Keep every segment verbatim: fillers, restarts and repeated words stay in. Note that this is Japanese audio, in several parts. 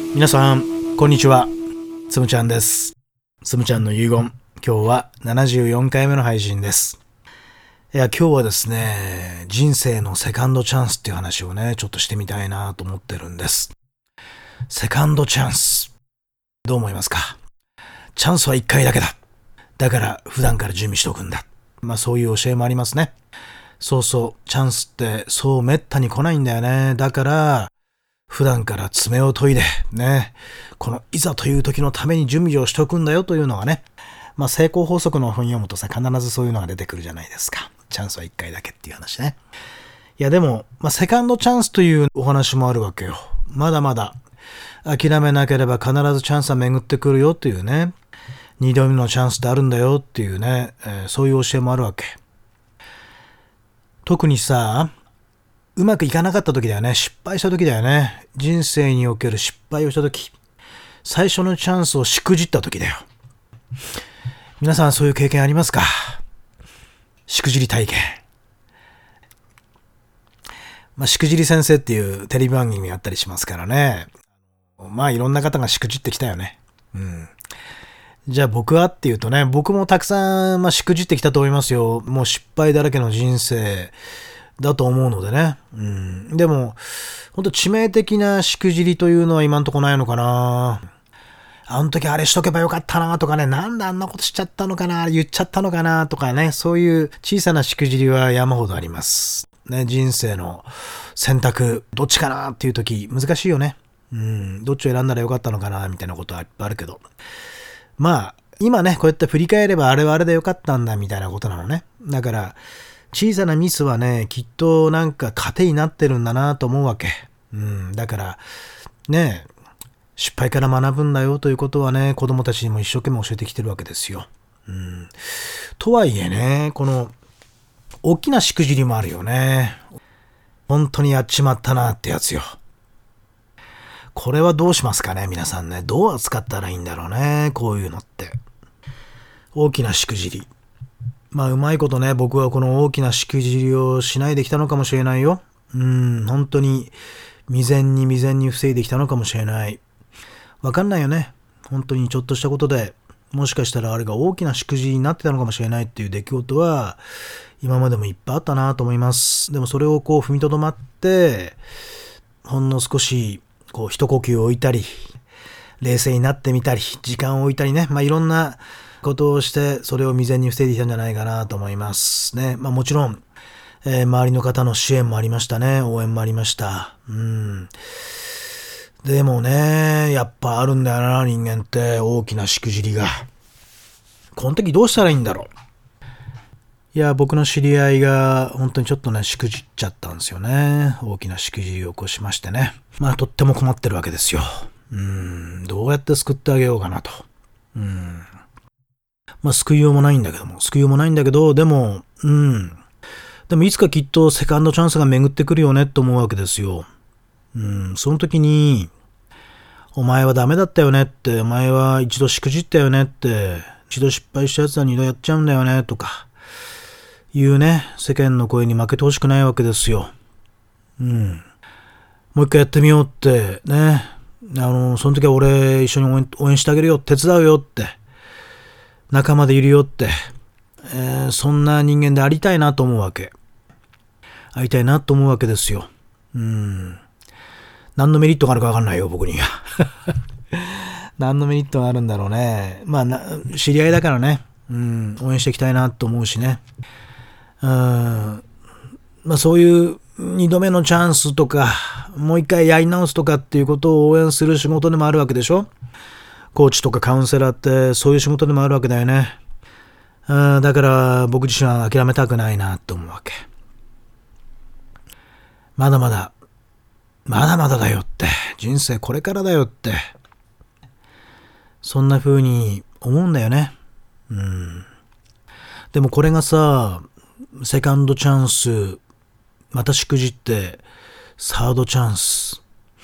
皆さんこんにちは、つむちゃんです。つむちゃんの遺言、今日はななじゅうよんかいめの配信です。いや今日はですね、人生のセカンドチャンスっていう話をねちょっとしてみたいなと思ってるんです。セカンドチャンス、どう思いますか？チャンスはいっかいだけだ、だから普段から準備しておくんだ。まあそういう教えもありますね。そうそう、チャンスってそうめったに来ないんだよね。だから普段から爪を研いでね、このいざという時のために準備をしておくんだよというのがね、まあ成功法則の本読むとさ、必ずそういうのが出てくるじゃないですか。チャンスはいっかいだけっていう話ね。いやでも、まあ、セカンドチャンスというお話もあるわけよ。まだまだ諦めなければ必ずチャンスは巡ってくるよっていうね、二度目のチャンスってあるんだよっていうね、えー、そういう教えもあるわけ。特にさ、うまくいかなかった時だよね。失敗した時だよね。人生における失敗をした時、最初のチャンスをしくじった時だよ。皆さんそういう経験ありますか？しくじり体験。まあ、しくじり先生っていうテレビ番組があったりしますからね。まあいろんな方がしくじってきたよね。うん。じゃあ僕はっていうとね、僕もたくさん、まあ、しくじってきたと思いますよ。もう失敗だらけの人生だと思うのでね。うん。でも、ほんと致命的なしくじりというのは今んとこないのかな。あの時あれしとけばよかったなとかね、なんであんなことしちゃったのかな、言っちゃったのかなとかね、そういう小さなしくじりは山ほどあります。ね、人生の選択、どっちかなっていう時、難しいよね。うん、どっちを選んだらよかったのかな、みたいなことはいっぱいあるけど。まあ、今ね、こうやって振り返ればあれはあれでよかったんだ、みたいなことなのね。だから、小さなミスはね、きっとなんか糧になってるんだなと思うわけ。うん、だから、ね、失敗から学ぶんだよということはね、子供たちにも一生懸命教えてきてるわけですよ。うん、とはいえね、この、大きなしくじりもあるよね。本当にやっちまったなってやつよ。これはどうしますかね、皆さんね。どう扱ったらいいんだろうね、こういうのって。大きなしくじり。まあうまいことね、僕はこの大きなしくじりをしないできたのかもしれないよ。うん、本当に未然に未然に防いできたのかもしれない。わかんないよね。本当にちょっとしたことで、もしかしたらあれが大きなしくじりになってたのかもしれないっていう出来事は、今までもいっぱいあったなと思います。でもそれをこう踏みとどまって、ほんの少しこう一呼吸を置いたり、冷静になってみたり、時間を置いたりね、まあいろんなことをして、それを未然に防いできたんじゃないかなと思いますね。まあもちろん、えー、周りの方の支援もありましたね。応援もありました。うん。でもね、やっぱあるんだよな、人間って大きなしくじりが。この時どうしたらいいんだろう。いや、僕の知り合いが本当にちょっとね、しくじっちゃったんですよね。大きなしくじりを起こしましてね。まあ、とっても困ってるわけですよ。うーん、どうやって救ってあげようかなと。うーん。まあ、救いようもないんだけども、救いようもないんだけど、でも、うん。でも、いつかきっとセカンドチャンスが巡ってくるよねって思うわけですよ。うん、その時に、お前はダメだったよねって、お前は一度しくじったよねって、一度失敗したやつは二度やっちゃうんだよねとか、いうね、世間の声に負けてほしくないわけですよ。うん。もう一回やってみようって、ね。あの、その時は俺一緒に応援、応援してあげるよ、手伝うよって、仲間でいるよって、えー、そんな人間でありたいなと思うわけ。ありたいなと思うわけですよ。うん。何のメリットがあるか分かんないよ、僕には。何のメリットがあるんだろうね。まあな、知り合いだからね。うん、応援していきたいなと思うしね。うん、まあそういう二度目のチャンスとか、もう一回やり直すとかっていうことを応援する仕事でもあるわけでしょ。コーチとかカウンセラーってそういう仕事でもあるわけだよね。うん、だから僕自身は諦めたくないなと思うわけ。まだまだ、まだまだだよって、人生これからだよって、そんな風に思うんだよね。うん。でもこれがさ、セカンドチャンス、またしくじって、サードチャンス、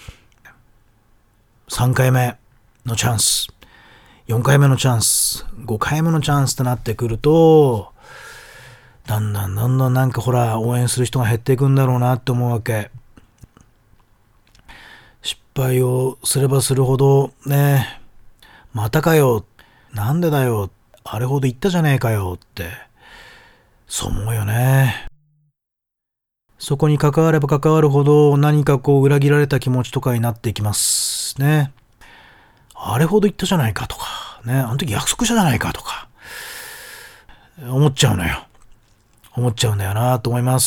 さんかいめのチャンス、よんかいめのチャンス、ごかいめのチャンスってなってくると、だんだんだんだんなんかほら、応援する人が減っていくんだろうなって思うわけ。失敗をすればするほどね、またかよ、なんでだよ、あれほど言ったじゃねえかよって、そう思うよね。そこに関われば関わるほど何かこう裏切られた気持ちとかになっていきますね。あれほど言ったじゃないかとか、ね、あの時約束したじゃないかとか、思っちゃうのよ。思っちゃうんだよなと思います。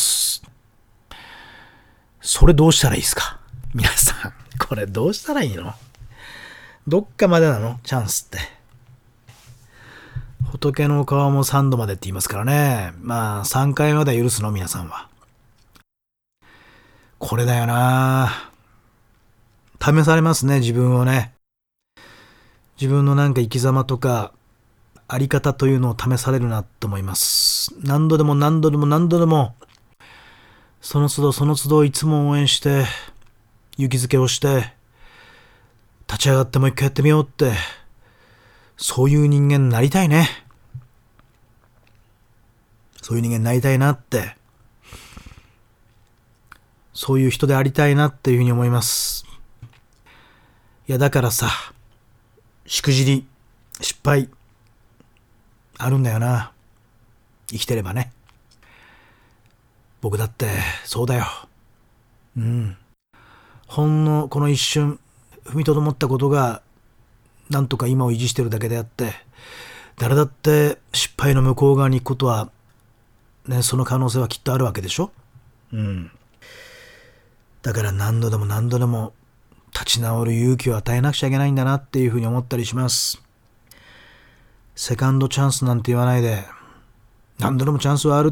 それどうしたらいいですか皆さん。これどうしたらいいの？どっかまでなのチャンスって。仏の顔も三度までって言いますからね。まあ三回までは許すの皆さんは。これだよな。試されますね、自分をね。自分のなんか生き様とか、あり方というのを試されるなと思います。何度でも何度でも何度でも、その都度その都度いつも応援して、勇気づけをして、立ち上がってもう一回やってみようって、そういう人間になりたいね。そういう人間になりたいなって、そういう人でありたいなっていうふうに思います。いやだからさ、しくじり、失敗、あるんだよな。生きてればね。僕だってそうだよ。うん。ほんのこの一瞬踏みとどまったことがなんとか今を維持してるだけであって、誰だって失敗の向こう側に行くことはね、その可能性はきっとあるわけでしょ。うん。だから何度でも何度でも立ち直る勇気を与えなくちゃいけないんだなっていうふうに思ったりします。セカンドチャンスなんて言わないで、何度でもチャンスはあるって、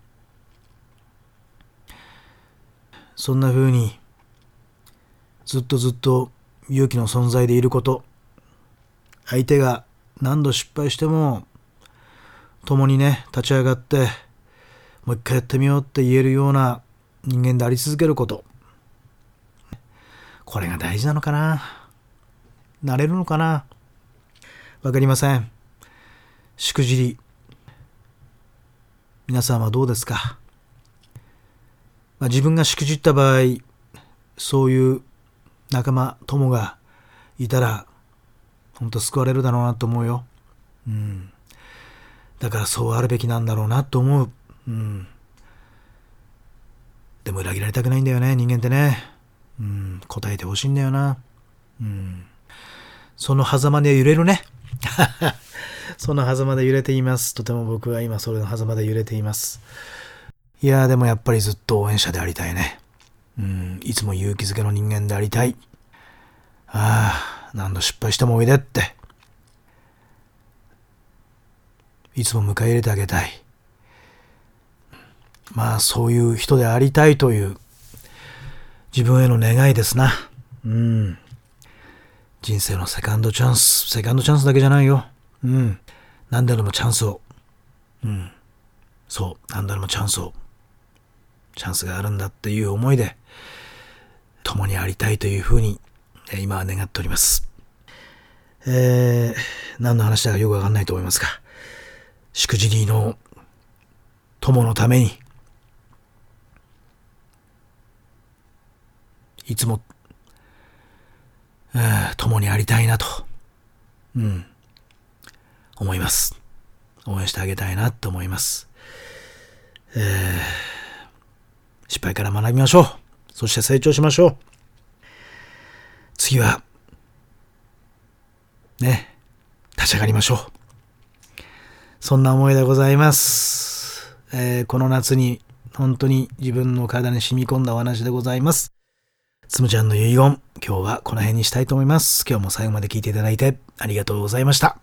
そんな風にずっとずっと勇気の存在でいること、相手が何度失敗しても共にね立ち上がってもう一回やってみようって言えるような人間であり続けること、これが大事なのかな、なれるのかな、わかりません。しくじり、皆さんはどうですか？まあ、自分がしくじった場合、そういう仲間友がいたら本当救われるだろうなと思うよ。うん。だからそうあるべきなんだろうなと思う。うん。でも裏切られたくないんだよね、人間ってね。うん。答えてほしいんだよな。うん。その狭間で揺れるね。その狭間で揺れています。とても僕は今それの狭間で揺れています。いやーでもやっぱりずっと応援者でありたいね。うん。いつも勇気づけの人間でありたい。ああ、何度失敗してもおいでって。いつも迎え入れてあげたい。まあそういう人でありたいという自分への願いですな。うん。人生のセカンドチャンス、セカンドチャンスだけじゃないよ。うん。何度でもチャンスを。うん。そう、何度でもチャンスを。チャンスがあるんだっていう思いで、共にありたいというふうに、えー、今は願っております。えー、何の話だかよくわかんないと思いますが、しくじりの友のために、いつも、えー、共にありたいなと、うん、思います。応援してあげたいなと思います。えー、失敗から学びましょう。そして成長しましょう。次は、ね、立ち上がりましょう。そんな思いでございます。えー、この夏に本当に自分の体に染み込んだお話でございます。つむちゃんの遺言、今日はこの辺にしたいと思います。今日も最後まで聞いていただいてありがとうございました。